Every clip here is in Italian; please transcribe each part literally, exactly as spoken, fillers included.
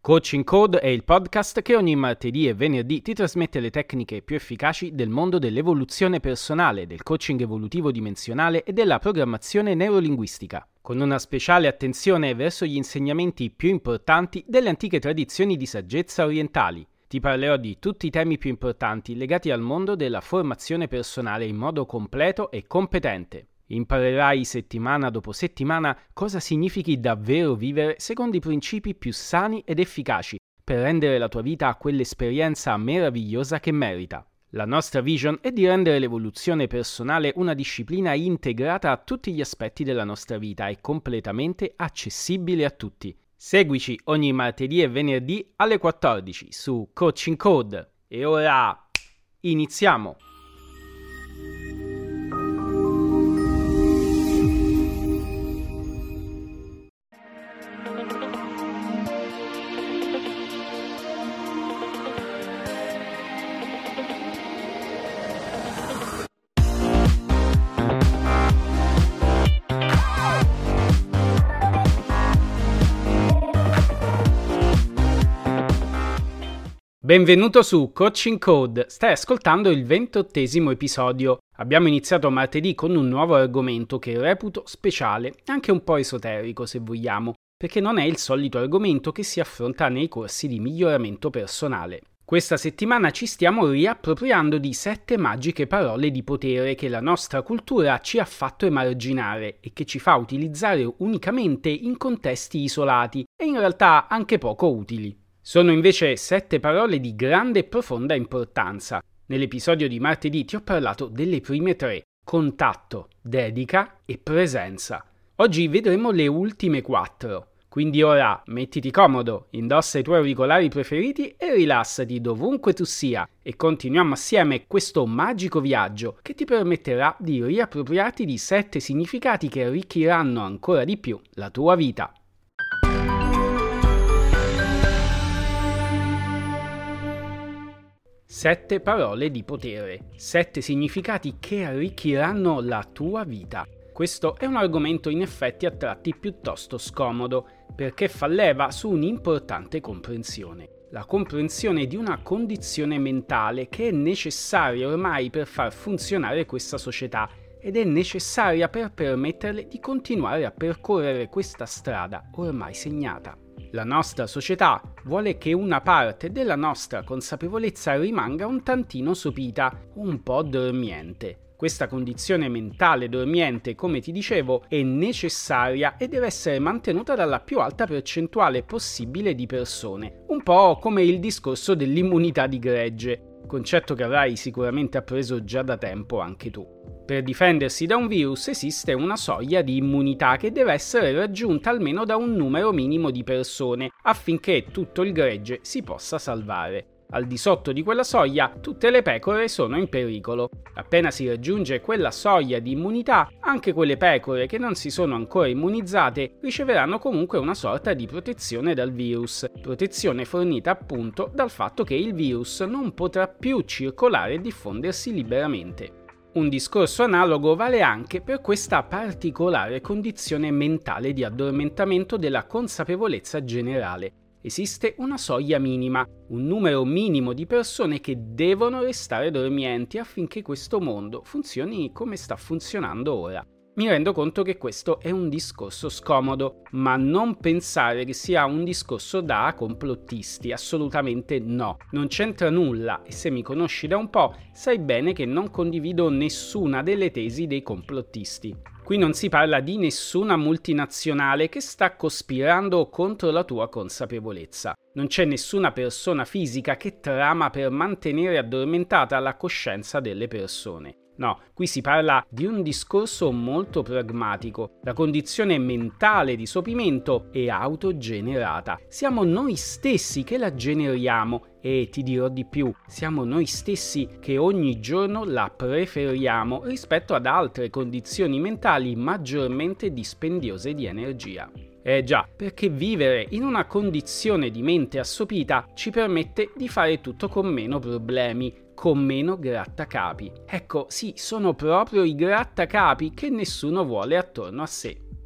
Coaching Code è il podcast che ogni martedì e venerdì ti trasmette le tecniche più efficaci del mondo dell'evoluzione personale, del coaching evolutivo dimensionale e della programmazione neurolinguistica, con una speciale attenzione verso gli insegnamenti più importanti delle antiche tradizioni di saggezza orientali. Ti parlerò di tutti i temi più importanti legati al mondo della formazione personale in modo completo e competente. Imparerai settimana dopo settimana cosa significhi davvero vivere secondo i principi più sani ed efficaci per rendere la tua vita quell'esperienza meravigliosa che merita. La nostra vision è di rendere l'evoluzione personale una disciplina integrata a tutti gli aspetti della nostra vita e completamente accessibile a tutti. Seguici ogni martedì e venerdì alle quattordici su Coaching Code. E ora iniziamo! Benvenuto su Coaching Code, stai ascoltando il ventottesimo episodio. Abbiamo iniziato martedì con un nuovo argomento che reputo speciale, anche un po' esoterico se vogliamo, perché non è il solito argomento che si affronta nei corsi di miglioramento personale. Questa settimana ci stiamo riappropriando di sette magiche parole di potere che la nostra cultura ci ha fatto emarginare e che ci fa utilizzare unicamente in contesti isolati e in realtà anche poco utili. Sono invece sette parole di grande e profonda importanza. Nell'episodio di martedì ti ho parlato delle prime tre: contatto, dedica e presenza. Oggi vedremo le ultime quattro. Quindi ora mettiti comodo, indossa i tuoi auricolari preferiti e rilassati dovunque tu sia e continuiamo assieme questo magico viaggio che ti permetterà di riappropriarti di sette significati che arricchiranno ancora di più la tua vita. Sette parole di potere, sette significati che arricchiranno la tua vita. Questo è un argomento in effetti a tratti piuttosto scomodo, perché fa leva su un'importante comprensione. La comprensione di una condizione mentale che è necessaria ormai per far funzionare questa società ed è necessaria per permetterle di continuare a percorrere questa strada ormai segnata. La nostra società vuole che una parte della nostra consapevolezza rimanga un tantino sopita, un po' dormiente. Questa condizione mentale dormiente, come ti dicevo, è necessaria e deve essere mantenuta dalla più alta percentuale possibile di persone, un po' come il discorso dell'immunità di gregge, concetto che avrai sicuramente appreso già da tempo anche tu. Per difendersi da un virus esiste una soglia di immunità che deve essere raggiunta almeno da un numero minimo di persone affinché tutto il gregge si possa salvare. Al di sotto di quella soglia tutte le pecore sono in pericolo. Appena si raggiunge quella soglia di immunità, anche quelle pecore che non si sono ancora immunizzate riceveranno comunque una sorta di protezione dal virus, protezione fornita appunto dal fatto che il virus non potrà più circolare e diffondersi liberamente. Un discorso analogo vale anche per questa particolare condizione mentale di addormentamento della consapevolezza generale. Esiste una soglia minima, un numero minimo di persone che devono restare dormienti affinché questo mondo funzioni come sta funzionando ora. Mi rendo conto che questo è un discorso scomodo, ma non pensare che sia un discorso da complottisti, assolutamente no. Non c'entra nulla e se mi conosci da un po' sai bene che non condivido nessuna delle tesi dei complottisti. Qui non si parla di nessuna multinazionale che sta cospirando contro la tua consapevolezza. Non c'è nessuna persona fisica che trama per mantenere addormentata la coscienza delle persone. No, qui si parla di un discorso molto pragmatico. La condizione mentale di sopimento è autogenerata. Siamo noi stessi che la generiamo e ti dirò di più, siamo noi stessi che ogni giorno la preferiamo rispetto ad altre condizioni mentali maggiormente dispendiose di energia. Eh già, perché vivere in una condizione di mente assopita ci permette di fare tutto con meno problemi, con meno grattacapi. Ecco, sì, sono proprio i grattacapi che nessuno vuole attorno a sé.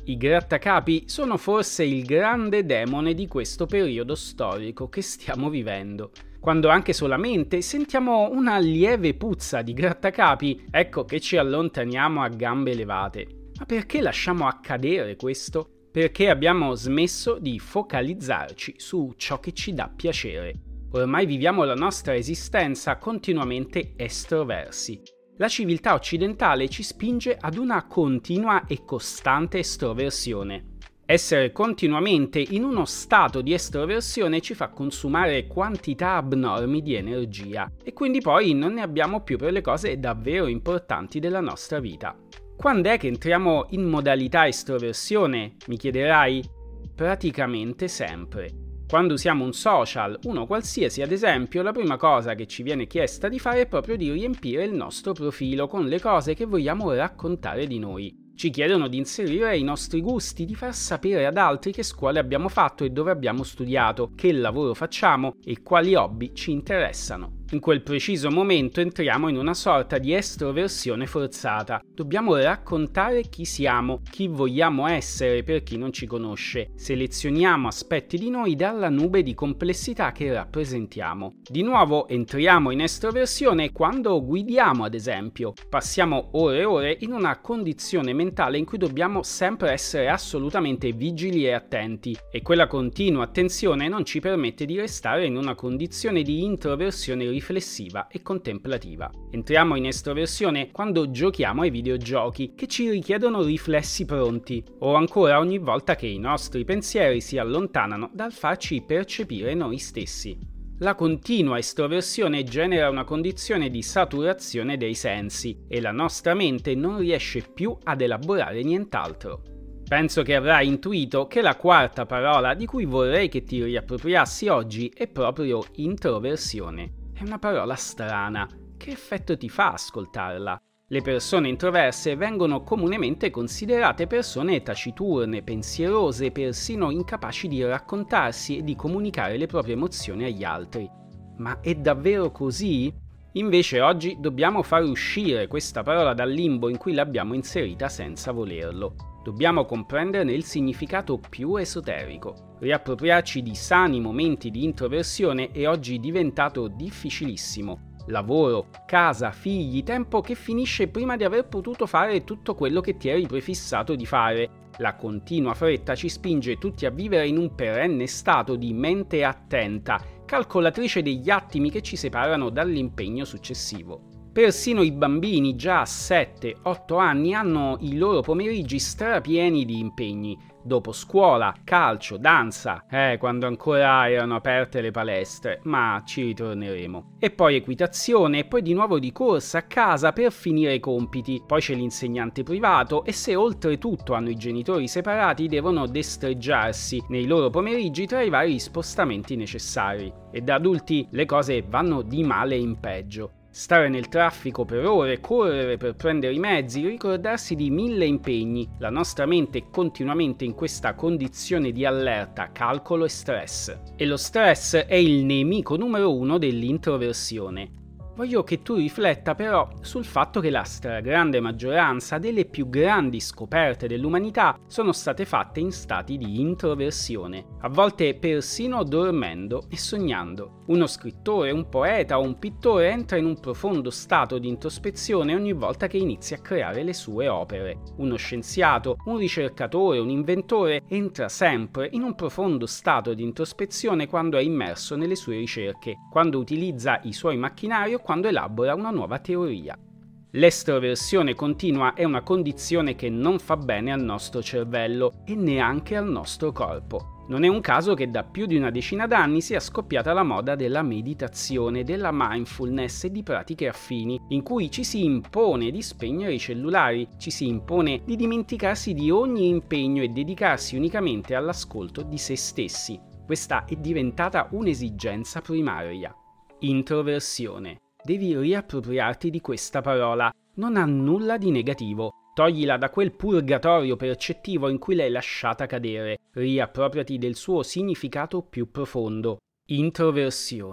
I grattacapi sono forse il grande demone di questo periodo storico che stiamo vivendo. Quando anche solamente sentiamo una lieve puzza di grattacapi, ecco che ci allontaniamo a gambe levate. Ma perché lasciamo accadere questo? Perché abbiamo smesso di focalizzarci su ciò che ci dà piacere. Ormai viviamo la nostra esistenza continuamente estroversi. La civiltà occidentale ci spinge ad una continua e costante estroversione. Essere continuamente in uno stato di estroversione ci fa consumare quantità abnormi di energia e quindi poi non ne abbiamo più per le cose davvero importanti della nostra vita. Quando è che entriamo in modalità estroversione, mi chiederai? Praticamente sempre. Quando usiamo un social, uno qualsiasi ad esempio, la prima cosa che ci viene chiesta di fare è proprio di riempire il nostro profilo con le cose che vogliamo raccontare di noi. Ci chiedono di inserire i nostri gusti, di far sapere ad altri che scuole abbiamo fatto e dove abbiamo studiato, che lavoro facciamo e quali hobby ci interessano. In quel preciso momento entriamo in una sorta di estroversione forzata. Dobbiamo raccontare chi siamo, chi vogliamo essere per chi non ci conosce. Selezioniamo aspetti di noi dalla nube di complessità che rappresentiamo. Di nuovo entriamo in estroversione quando guidiamo, ad esempio. Passiamo ore e ore in una condizione mentale in cui dobbiamo sempre essere assolutamente vigili e attenti, e quella continua attenzione non ci permette di restare in una condizione di introversione riflessiva e contemplativa. Entriamo in estroversione quando giochiamo ai videogiochi che ci richiedono riflessi pronti, o ancora ogni volta che i nostri pensieri si allontanano dal farci percepire noi stessi. La continua estroversione genera una condizione di saturazione dei sensi e la nostra mente non riesce più ad elaborare nient'altro. Penso che avrai intuito che la quarta parola di cui vorrei che ti riappropriassi oggi è proprio introversione. È una parola strana. Che effetto ti fa ascoltarla? Le persone introverse vengono comunemente considerate persone taciturne, pensierose, persino incapaci di raccontarsi e di comunicare le proprie emozioni agli altri. Ma è davvero così? Invece oggi dobbiamo far uscire questa parola dal limbo in cui l'abbiamo inserita senza volerlo. Dobbiamo comprenderne il significato più esoterico. Riappropriarci di sani momenti di introversione è oggi diventato difficilissimo. Lavoro, casa, figli, tempo che finisce prima di aver potuto fare tutto quello che ti eri prefissato di fare. La continua fretta ci spinge tutti a vivere in un perenne stato di mente attenta, calcolatrice degli attimi che ci separano dall'impegno successivo. Persino i bambini già a sette otto anni hanno i loro pomeriggi strapieni di impegni. Dopo scuola, calcio, danza, eh, quando ancora erano aperte le palestre, ma ci ritorneremo. E poi equitazione, e poi di nuovo di corsa a casa per finire i compiti. Poi c'è l'insegnante privato e se oltretutto hanno i genitori separati devono destreggiarsi nei loro pomeriggi tra i vari spostamenti necessari. E da adulti le cose vanno di male in peggio. Stare nel traffico per ore, correre per prendere i mezzi, ricordarsi di mille impegni. La nostra mente è continuamente in questa condizione di allerta, calcolo e stress. E lo stress è il nemico numero uno dell'introversione. Voglio che tu rifletta però sul fatto che la stragrande maggioranza delle più grandi scoperte dell'umanità sono state fatte in stati di introversione, a volte persino dormendo e sognando. Uno scrittore, un poeta o un pittore entra in un profondo stato di introspezione ogni volta che inizia a creare le sue opere. Uno scienziato, un ricercatore, un inventore entra sempre in un profondo stato di introspezione quando è immerso nelle sue ricerche, quando utilizza i suoi macchinari o quando elabora una nuova teoria. L'estroversione continua è una condizione che non fa bene al nostro cervello e neanche al nostro corpo. Non è un caso che da più di una decina d'anni sia scoppiata la moda della meditazione, della mindfulness e di pratiche affini, in cui ci si impone di spegnere i cellulari, ci si impone di dimenticarsi di ogni impegno e dedicarsi unicamente all'ascolto di se stessi. Questa è diventata un'esigenza primaria. Introversione. Devi riappropriarti di questa parola. Non ha nulla di negativo. Toglila da quel purgatorio percettivo in cui l'hai lasciata cadere. Riappropriati del suo significato più profondo. Introversione.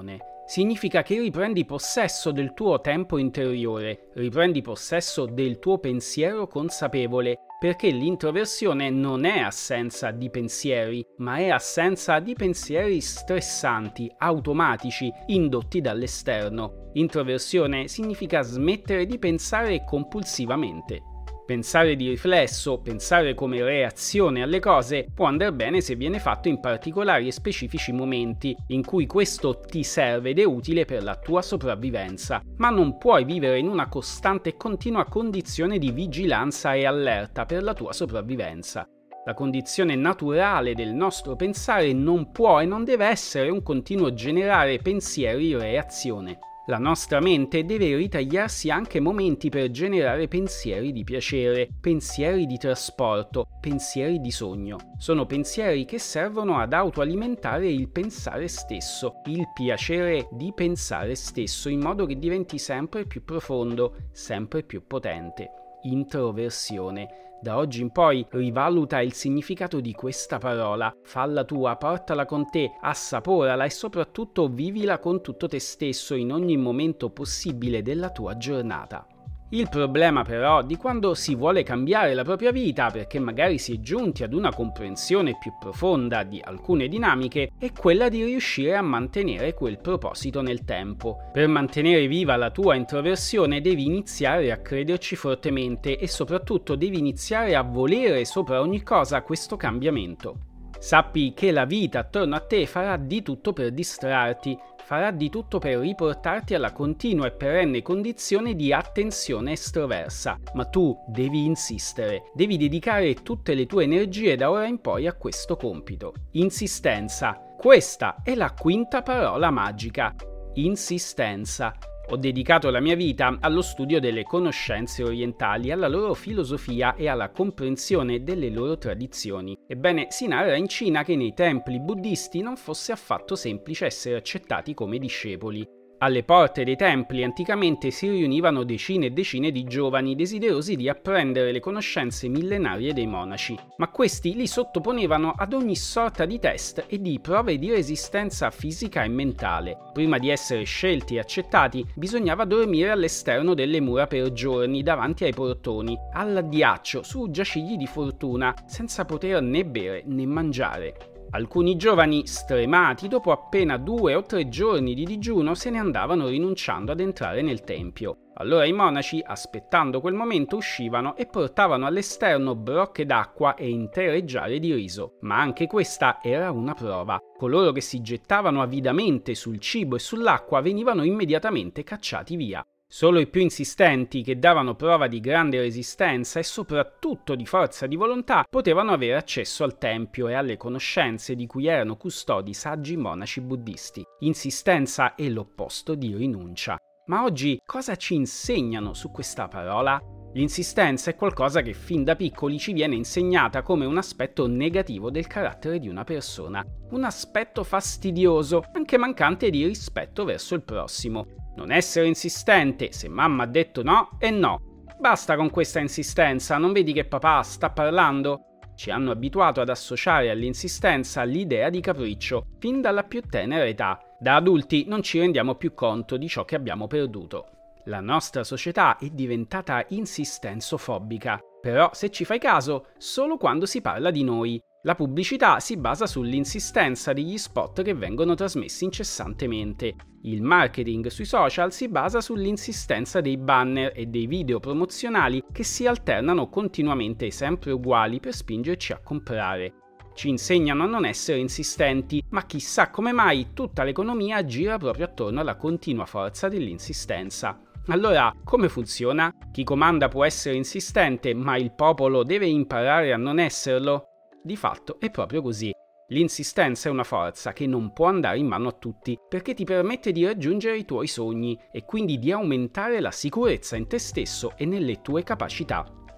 significa che riprendi possesso del tuo tempo interiore, riprendi possesso del tuo pensiero consapevole, perché l'introversione non è assenza di pensieri, ma è assenza di pensieri stressanti, automatici, indotti dall'esterno. Introversione significa smettere di pensare compulsivamente. Pensare di riflesso, pensare come reazione alle cose, può andare bene se viene fatto in particolari e specifici momenti in cui questo ti serve ed è utile per la tua sopravvivenza, ma non puoi vivere in una costante e continua condizione di vigilanza e allerta per la tua sopravvivenza. La condizione naturale del nostro pensare non può e non deve essere un continuo generare pensieri-reazione. La nostra mente deve ritagliarsi anche momenti per generare pensieri di piacere, pensieri di trasporto, pensieri di sogno. Sono pensieri che servono ad autoalimentare il pensare stesso, il piacere di pensare stesso, in modo che diventi sempre più profondo, sempre più potente. Introversione. Da oggi in poi rivaluta il significato di questa parola, falla tua, portala con te, assaporala e soprattutto vivila con tutto te stesso in ogni momento possibile della tua giornata. Il problema però di quando si vuole cambiare la propria vita perché magari si è giunti ad una comprensione più profonda di alcune dinamiche è quella di riuscire a mantenere quel proposito nel tempo. Per mantenere viva la tua introversione devi iniziare a crederci fortemente e soprattutto devi iniziare a volere sopra ogni cosa questo cambiamento. Sappi che la vita attorno a te farà di tutto per distrarti, farà di tutto per riportarti alla continua e perenne condizione di attenzione estroversa, ma tu devi insistere, devi dedicare tutte le tue energie da ora in poi a questo compito. Insistenza. Questa è la quinta parola magica. Insistenza. Ho dedicato la mia vita allo studio delle conoscenze orientali, alla loro filosofia e alla comprensione delle loro tradizioni. Ebbene, si narra in Cina che nei templi buddisti non fosse affatto semplice essere accettati come discepoli. Alle porte dei templi anticamente si riunivano decine e decine di giovani desiderosi di apprendere le conoscenze millenarie dei monaci, ma questi li sottoponevano ad ogni sorta di test e di prove di resistenza fisica e mentale. Prima di essere scelti e accettati, bisognava dormire all'esterno delle mura per giorni davanti ai portoni, all'addiaccio, su giacigli di fortuna, senza poter né bere né mangiare. Alcuni giovani, stremati, dopo appena due o tre giorni di digiuno, se ne andavano rinunciando ad entrare nel tempio. Allora i monaci, aspettando quel momento, uscivano e portavano all'esterno brocche d'acqua e intere giare di riso. Ma anche questa era una prova. Coloro che si gettavano avidamente sul cibo e sull'acqua venivano immediatamente cacciati via. Solo i più insistenti, che davano prova di grande resistenza e soprattutto di forza di volontà, potevano avere accesso al tempio e alle conoscenze di cui erano custodi saggi monaci buddisti. Insistenza è l'opposto di rinuncia. Ma oggi cosa ci insegnano su questa parola? L'insistenza è qualcosa che fin da piccoli ci viene insegnata come un aspetto negativo del carattere di una persona, un aspetto fastidioso, anche mancante di rispetto verso il prossimo. Non essere insistente, se mamma ha detto no, è no. Basta con questa insistenza, non vedi che papà sta parlando? Ci hanno abituato ad associare all'insistenza l'idea di capriccio, fin dalla più tenera età. Da adulti non ci rendiamo più conto di ciò che abbiamo perduto. La nostra società è diventata insistenzofobica, però se ci fai caso, solo quando si parla di noi. La pubblicità si basa sull'insistenza degli spot che vengono trasmessi incessantemente. Il marketing sui social si basa sull'insistenza dei banner e dei video promozionali che si alternano continuamente e sempre uguali per spingerci a comprare. Ci insegnano a non essere insistenti, ma chissà come mai tutta l'economia gira proprio attorno alla continua forza dell'insistenza. Allora, come funziona? Chi comanda può essere insistente, ma il popolo deve imparare a non esserlo? Di fatto è proprio così. L'insistenza è una forza che non può andare in mano a tutti, perché ti permette di raggiungere i tuoi sogni e quindi di aumentare la sicurezza in te stesso e nelle tue capacità.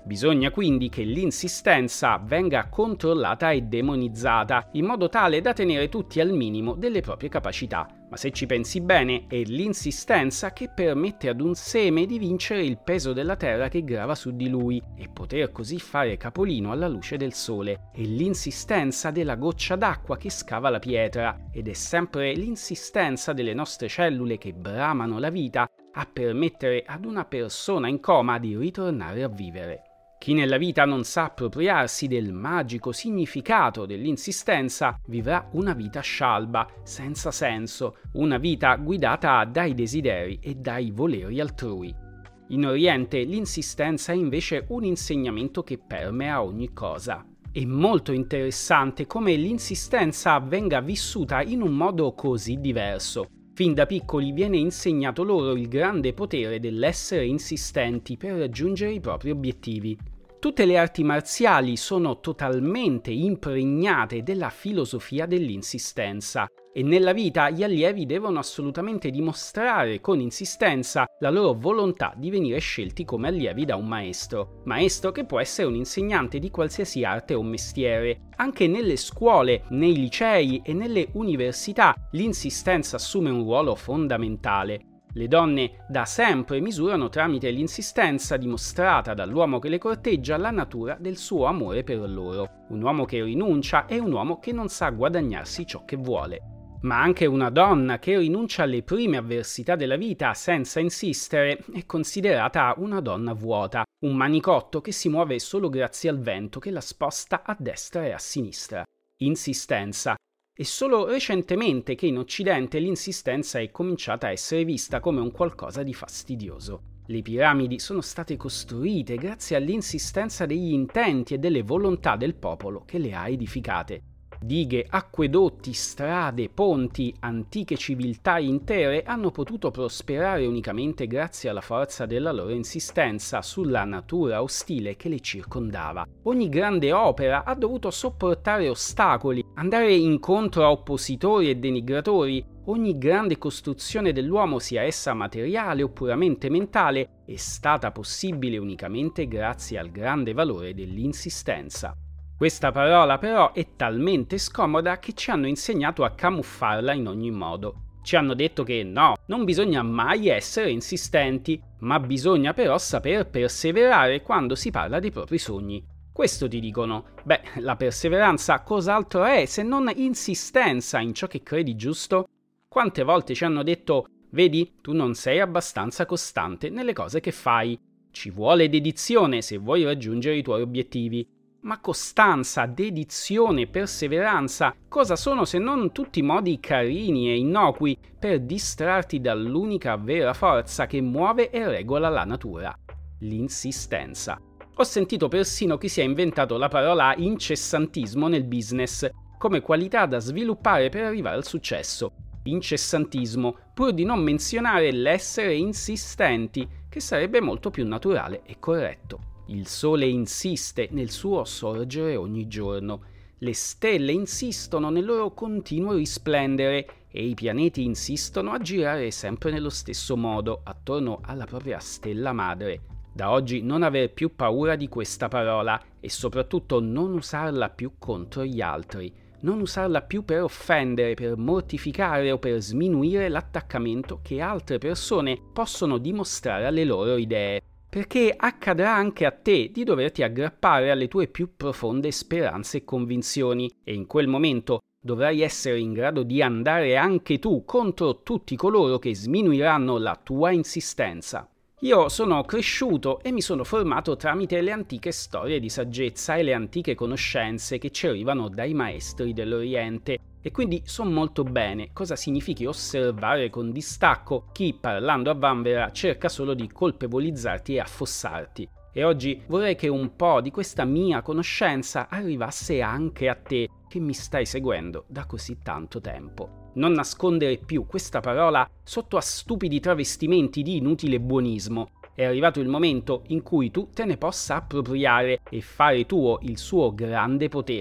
Bisogna quindi che l'insistenza venga controllata e demonizzata, in modo tale da tenere tutti al minimo delle proprie capacità. Ma se ci pensi bene, è l'insistenza che permette ad un seme di vincere il peso della terra che grava su di lui e poter così fare capolino alla luce del sole. È l'insistenza della goccia d'acqua che scava la pietra, ed è sempre l'insistenza delle nostre cellule che bramano la vita a permettere ad una persona in coma di ritornare a vivere. Chi nella vita non sa appropriarsi del magico significato dell'insistenza vivrà una vita scialba, senza senso, una vita guidata dai desideri e dai voleri altrui. In Oriente l'insistenza è invece un insegnamento che permea ogni cosa. È molto interessante come l'insistenza venga vissuta in un modo così diverso. Fin da piccoli viene insegnato loro il grande potere dell'essere insistenti per raggiungere i propri obiettivi. Tutte le arti marziali sono totalmente impregnate della filosofia dell'insistenza e nella vita gli allievi devono assolutamente dimostrare con insistenza la loro volontà di venire scelti come allievi da un maestro. Maestro che può essere un insegnante di qualsiasi arte o mestiere. Anche nelle scuole, nei licei e nelle università l'insistenza assume un ruolo fondamentale. Le donne da sempre misurano tramite l'insistenza dimostrata dall'uomo che le corteggia la natura del suo amore per loro. Un uomo che rinuncia è un uomo che non sa guadagnarsi ciò che vuole. Ma anche una donna che rinuncia alle prime avversità della vita senza insistere è considerata una donna vuota, un manicotto che si muove solo grazie al vento che la sposta a destra e a sinistra. Insistenza. È solo recentemente che in Occidente l'insistenza è cominciata a essere vista come un qualcosa di fastidioso. Le piramidi sono state costruite grazie all'insistenza degli intenti e delle volontà del popolo che le ha edificate. Dighe, acquedotti, strade, ponti, antiche civiltà intere hanno potuto prosperare unicamente grazie alla forza della loro insistenza sulla natura ostile che le circondava. Ogni grande opera ha dovuto sopportare ostacoli, andare incontro a oppositori e denigratori. Ogni grande costruzione dell'uomo, sia essa materiale o puramente mentale, è stata possibile unicamente grazie al grande valore dell'insistenza. Questa parola però è talmente scomoda che ci hanno insegnato a camuffarla in ogni modo. Ci hanno detto che no, non bisogna mai essere insistenti, ma bisogna però saper perseverare quando si parla dei propri sogni. Questo ti dicono. Beh, la perseveranza cos'altro è se non insistenza in ciò che credi giusto? Quante volte ci hanno detto: vedi, tu non sei abbastanza costante nelle cose che fai. Ci vuole dedizione se vuoi raggiungere i tuoi obiettivi. Ma costanza, dedizione, perseveranza, cosa sono se non tutti modi carini e innocui per distrarti dall'unica vera forza che muove e regola la natura? L'insistenza. Ho sentito persino chi si è inventato la parola incessantismo nel business, come qualità da sviluppare per arrivare al successo. Incessantismo, pur di non menzionare l'essere insistenti, che sarebbe molto più naturale e corretto. Il sole insiste nel suo sorgere ogni giorno, le stelle insistono nel loro continuo risplendere e i pianeti insistono a girare sempre nello stesso modo attorno alla propria stella madre. Da oggi non aver più paura di questa parola e soprattutto non usarla più contro gli altri, non usarla più per offendere, per mortificare o per sminuire l'attaccamento che altre persone possono dimostrare alle loro idee. Perché accadrà anche a te di doverti aggrappare alle tue più profonde speranze e convinzioni e in quel momento dovrai essere in grado di andare anche tu contro tutti coloro che sminuiranno la tua insistenza. Io sono cresciuto e mi sono formato tramite le antiche storie di saggezza e le antiche conoscenze che ci arrivano dai maestri dell'Oriente e quindi so molto bene cosa significhi osservare con distacco chi, parlando a vanvera, cerca solo di colpevolizzarti e affossarti. E oggi vorrei che un po' di questa mia conoscenza arrivasse anche a te, che mi stai seguendo da così tanto tempo. Non nascondere più questa parola sotto a stupidi travestimenti di inutile buonismo. È arrivato il momento in cui tu te ne possa appropriare e fare tuo il suo grande potere.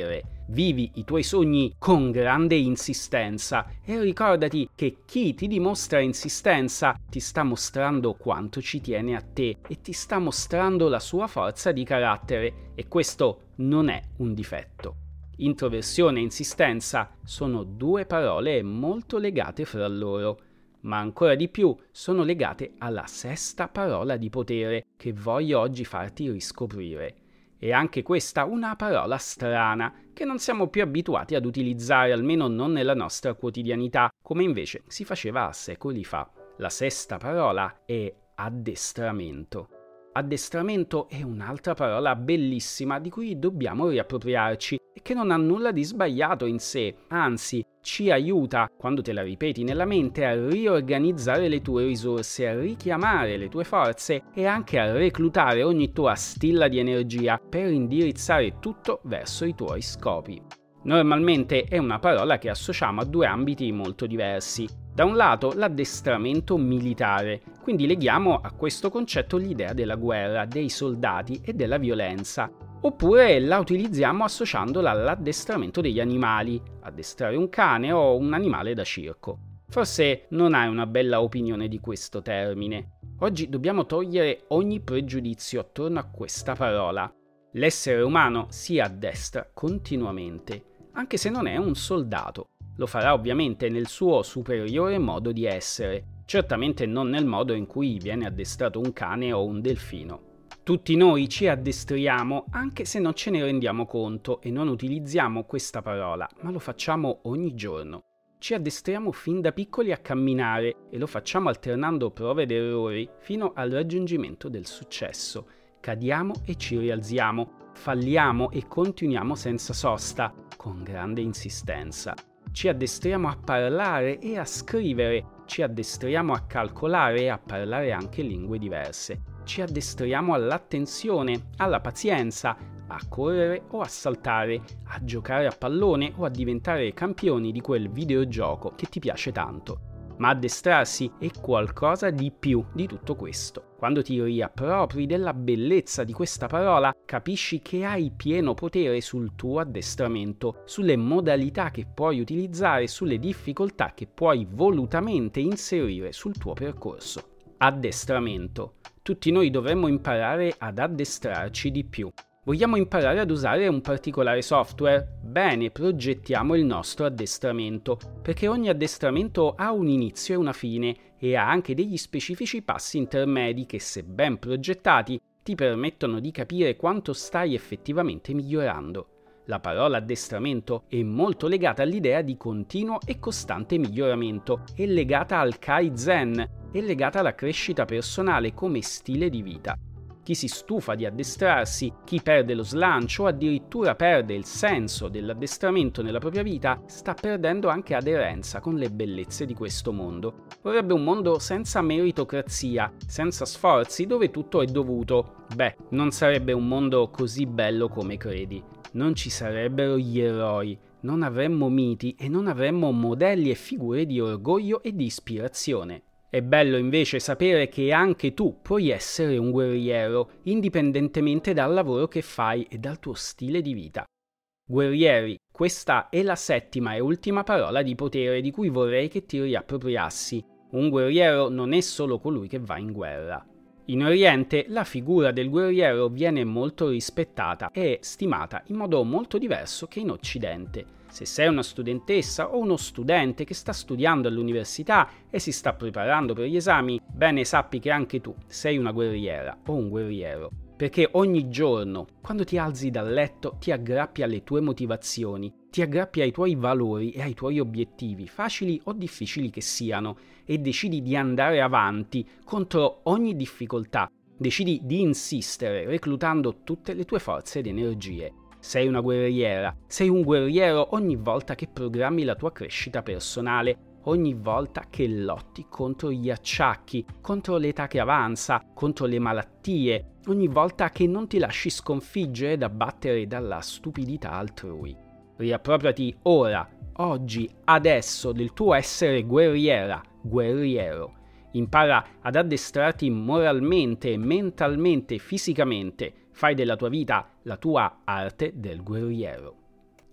vivi i tuoi sogni con grande insistenza e ricordati che chi ti dimostra insistenza ti sta mostrando quanto ci tiene a te e ti sta mostrando la sua forza di carattere, e questo non è un difetto. Introversione e insistenza sono due parole molto legate fra loro, ma ancora di più sono legate alla sesta parola di potere che voglio oggi farti riscoprire. E anche questa una parola strana che non siamo più abituati ad utilizzare, almeno non nella nostra quotidianità, come invece si faceva a secoli fa. La sesta parola è addestramento. Addestramento è un'altra parola bellissima di cui dobbiamo riappropriarci e che non ha nulla di sbagliato in sé, anzi ci aiuta, quando te la ripeti nella mente, a riorganizzare le tue risorse, a richiamare le tue forze e anche a reclutare ogni tua stilla di energia per indirizzare tutto verso i tuoi scopi. Normalmente è una parola che associamo a due ambiti molto diversi. Da un lato l'addestramento militare, quindi leghiamo a questo concetto l'idea della guerra, dei soldati e della violenza. Oppure la utilizziamo associandola all'addestramento degli animali, addestrare un cane o un animale da circo. Forse non hai una bella opinione di questo termine. Oggi dobbiamo togliere ogni pregiudizio attorno a questa parola. L'essere umano si addestra continuamente, anche se non è un soldato. Lo farà ovviamente nel suo superiore modo di essere, certamente non nel modo in cui viene addestrato un cane o un delfino. Tutti noi ci addestriamo anche se non ce ne rendiamo conto e non utilizziamo questa parola, ma lo facciamo ogni giorno. Ci addestriamo fin da piccoli a camminare e lo facciamo alternando prove ed errori fino al raggiungimento del successo. Cadiamo e ci rialziamo, falliamo e continuiamo senza sosta, con grande insistenza. Ci addestriamo a parlare e a scrivere, ci addestriamo a calcolare e a parlare anche lingue diverse. Ci addestriamo all'attenzione, alla pazienza, a correre o a saltare, a giocare a pallone o a diventare campioni di quel videogioco che ti piace tanto. Ma addestrarsi è qualcosa di più di tutto questo. Quando ti riappropri della bellezza di questa parola, capisci che hai pieno potere sul tuo addestramento, sulle modalità che puoi utilizzare, sulle difficoltà che puoi volutamente inserire sul tuo percorso. Addestramento. Tutti noi dovremmo imparare ad addestrarci di più. Vogliamo imparare ad usare un particolare software? Bene, progettiamo il nostro addestramento, perché ogni addestramento ha un inizio e una fine e ha anche degli specifici passi intermedi che, se ben progettati, ti permettono di capire quanto stai effettivamente migliorando. La parola addestramento è molto legata all'idea di continuo e costante miglioramento, è legata al Kaizen, è legata alla crescita personale come stile di vita. Chi si stufa di addestrarsi, chi perde lo slancio o addirittura perde il senso dell'addestramento nella propria vita, sta perdendo anche aderenza con le bellezze di questo mondo. Vorrebbe un mondo senza meritocrazia, senza sforzi, dove tutto è dovuto. Beh, non sarebbe un mondo così bello come credi. Non ci sarebbero gli eroi, non avremmo miti e non avremmo modelli e figure di orgoglio e di ispirazione. È bello invece sapere che anche tu puoi essere un guerriero, indipendentemente dal lavoro che fai e dal tuo stile di vita. Guerrieri, questa è la settima e ultima parola di potere di cui vorrei che ti riappropriassi. Un guerriero non è solo colui che va in guerra. In Oriente la figura del guerriero viene molto rispettata e stimata in modo molto diverso che in Occidente. Se sei una studentessa o uno studente che sta studiando all'università e si sta preparando per gli esami, bene sappi che anche tu sei una guerriera o un guerriero. Perché ogni giorno, quando ti alzi dal letto, ti aggrappi alle tue motivazioni, ti aggrappi ai tuoi valori e ai tuoi obiettivi, facili o difficili che siano, e decidi di andare avanti contro ogni difficoltà, decidi di insistere reclutando tutte le tue forze ed energie. Sei una guerriera, sei un guerriero ogni volta che programmi la tua crescita personale, ogni volta che lotti contro gli acciacchi, contro l'età che avanza, contro le malattie, ogni volta che non ti lasci sconfiggere ed abbattere dalla stupidità altrui. Riappropriati ora, oggi, adesso del tuo essere guerriera, guerriero. Impara ad addestrarti moralmente, mentalmente, fisicamente. Fai della tua vita la tua arte del guerriero.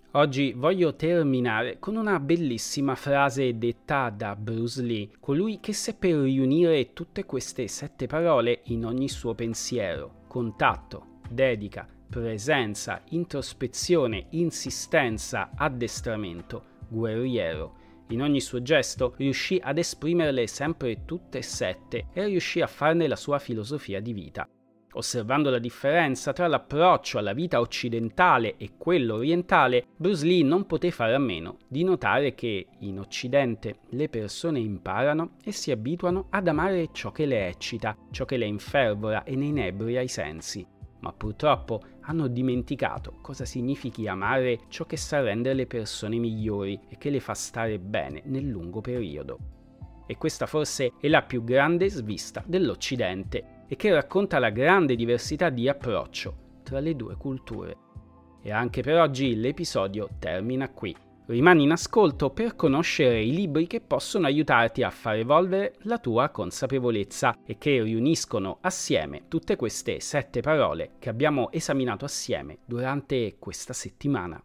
Oggi voglio terminare con una bellissima frase detta da Bruce Lee, colui che seppe riunire tutte queste sette parole in ogni suo pensiero: contatto, dedica, presenza, introspezione, insistenza, addestramento, guerriero. In ogni suo gesto riuscì ad esprimerle sempre tutte e sette e riuscì a farne la sua filosofia di vita. Osservando la differenza tra l'approccio alla vita occidentale e quello orientale, Bruce Lee non poté fare a meno di notare che in Occidente le persone imparano e si abituano ad amare ciò che le eccita, ciò che le infervora e ne inebria i sensi, ma purtroppo hanno dimenticato cosa significhi amare ciò che sa rendere le persone migliori e che le fa stare bene nel lungo periodo. E questa forse è la più grande svista dell'Occidente, e che racconta la grande diversità di approccio tra le due culture. E anche per oggi l'episodio termina qui. Rimani in ascolto per conoscere i libri che possono aiutarti a far evolvere la tua consapevolezza e che riuniscono assieme tutte queste sette parole che abbiamo esaminato assieme durante questa settimana.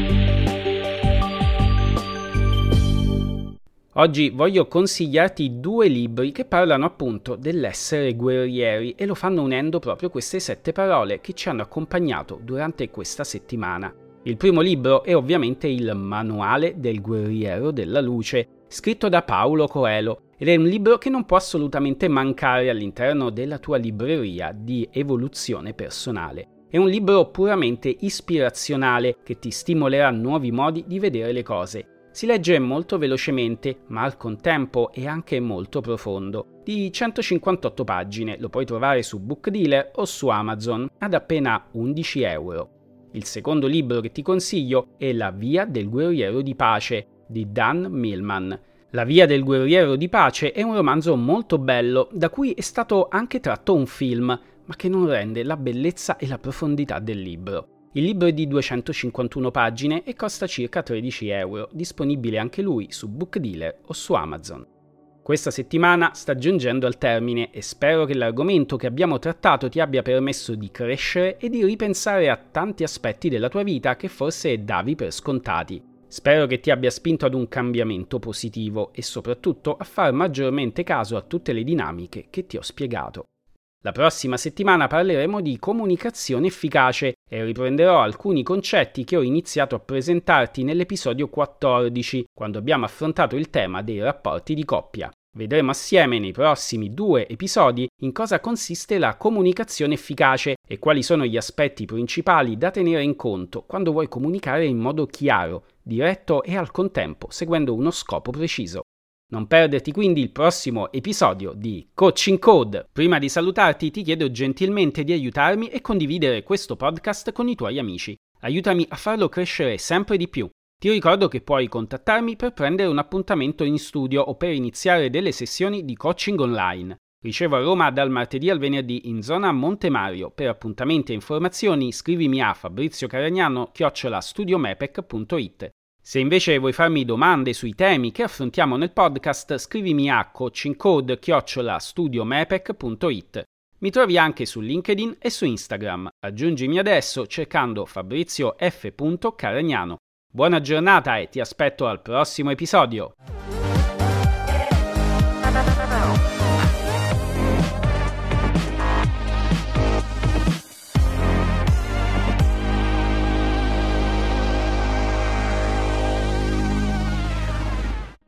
Oggi voglio consigliarti due libri che parlano appunto dell'essere guerrieri e lo fanno unendo proprio queste sette parole che ci hanno accompagnato durante questa settimana. Il primo libro è ovviamente il Manuale del guerriero della luce, scritto da Paulo Coelho, ed è un libro che non può assolutamente mancare all'interno della tua libreria di evoluzione personale. È un libro puramente ispirazionale che ti stimolerà nuovi modi di vedere le cose. Si legge molto velocemente, ma al contempo è anche molto profondo. Di centocinquantotto pagine, lo puoi trovare su Book Dealer o su Amazon ad appena undici euro. Il secondo libro che ti consiglio è La via del guerriero di pace di Dan Millman. La via del guerriero di pace è un romanzo molto bello, da cui è stato anche tratto un film, ma che non rende la bellezza e la profondità del libro. Il libro è di duecentocinquantuno pagine e costa circa tredici euro, disponibile anche lui su Book Dealer o su Amazon. Questa settimana sta giungendo al termine e spero che l'argomento che abbiamo trattato ti abbia permesso di crescere e di ripensare a tanti aspetti della tua vita che forse davi per scontati. Spero che ti abbia spinto ad un cambiamento positivo e soprattutto a far maggiormente caso a tutte le dinamiche che ti ho spiegato. La prossima settimana parleremo di comunicazione efficace e riprenderò alcuni concetti che ho iniziato a presentarti nell'episodio quattordici, quando abbiamo affrontato il tema dei rapporti di coppia. Vedremo assieme nei prossimi due episodi in cosa consiste la comunicazione efficace e quali sono gli aspetti principali da tenere in conto quando vuoi comunicare in modo chiaro, diretto e al contempo seguendo uno scopo preciso. Non perderti quindi il prossimo episodio di Coaching Code. Prima di salutarti ti chiedo gentilmente di aiutarmi e condividere questo podcast con i tuoi amici. Aiutami a farlo crescere sempre di più. Ti ricordo che puoi contattarmi per prendere un appuntamento in studio o per iniziare delle sessioni di coaching online. Ricevo a Roma dal martedì al venerdì in zona Monte Mario. Per appuntamenti e informazioni scrivimi a fabrizio caragnano chiocciola studiomepec punto it. Se invece vuoi farmi domande sui temi che affrontiamo nel podcast, scrivimi a coachingcode chiocciola studiomepec punto it. Mi trovi anche su LinkedIn e su Instagram. Aggiungimi adesso cercando Fabrizio F. Caragnano. Buona giornata e ti aspetto al prossimo episodio!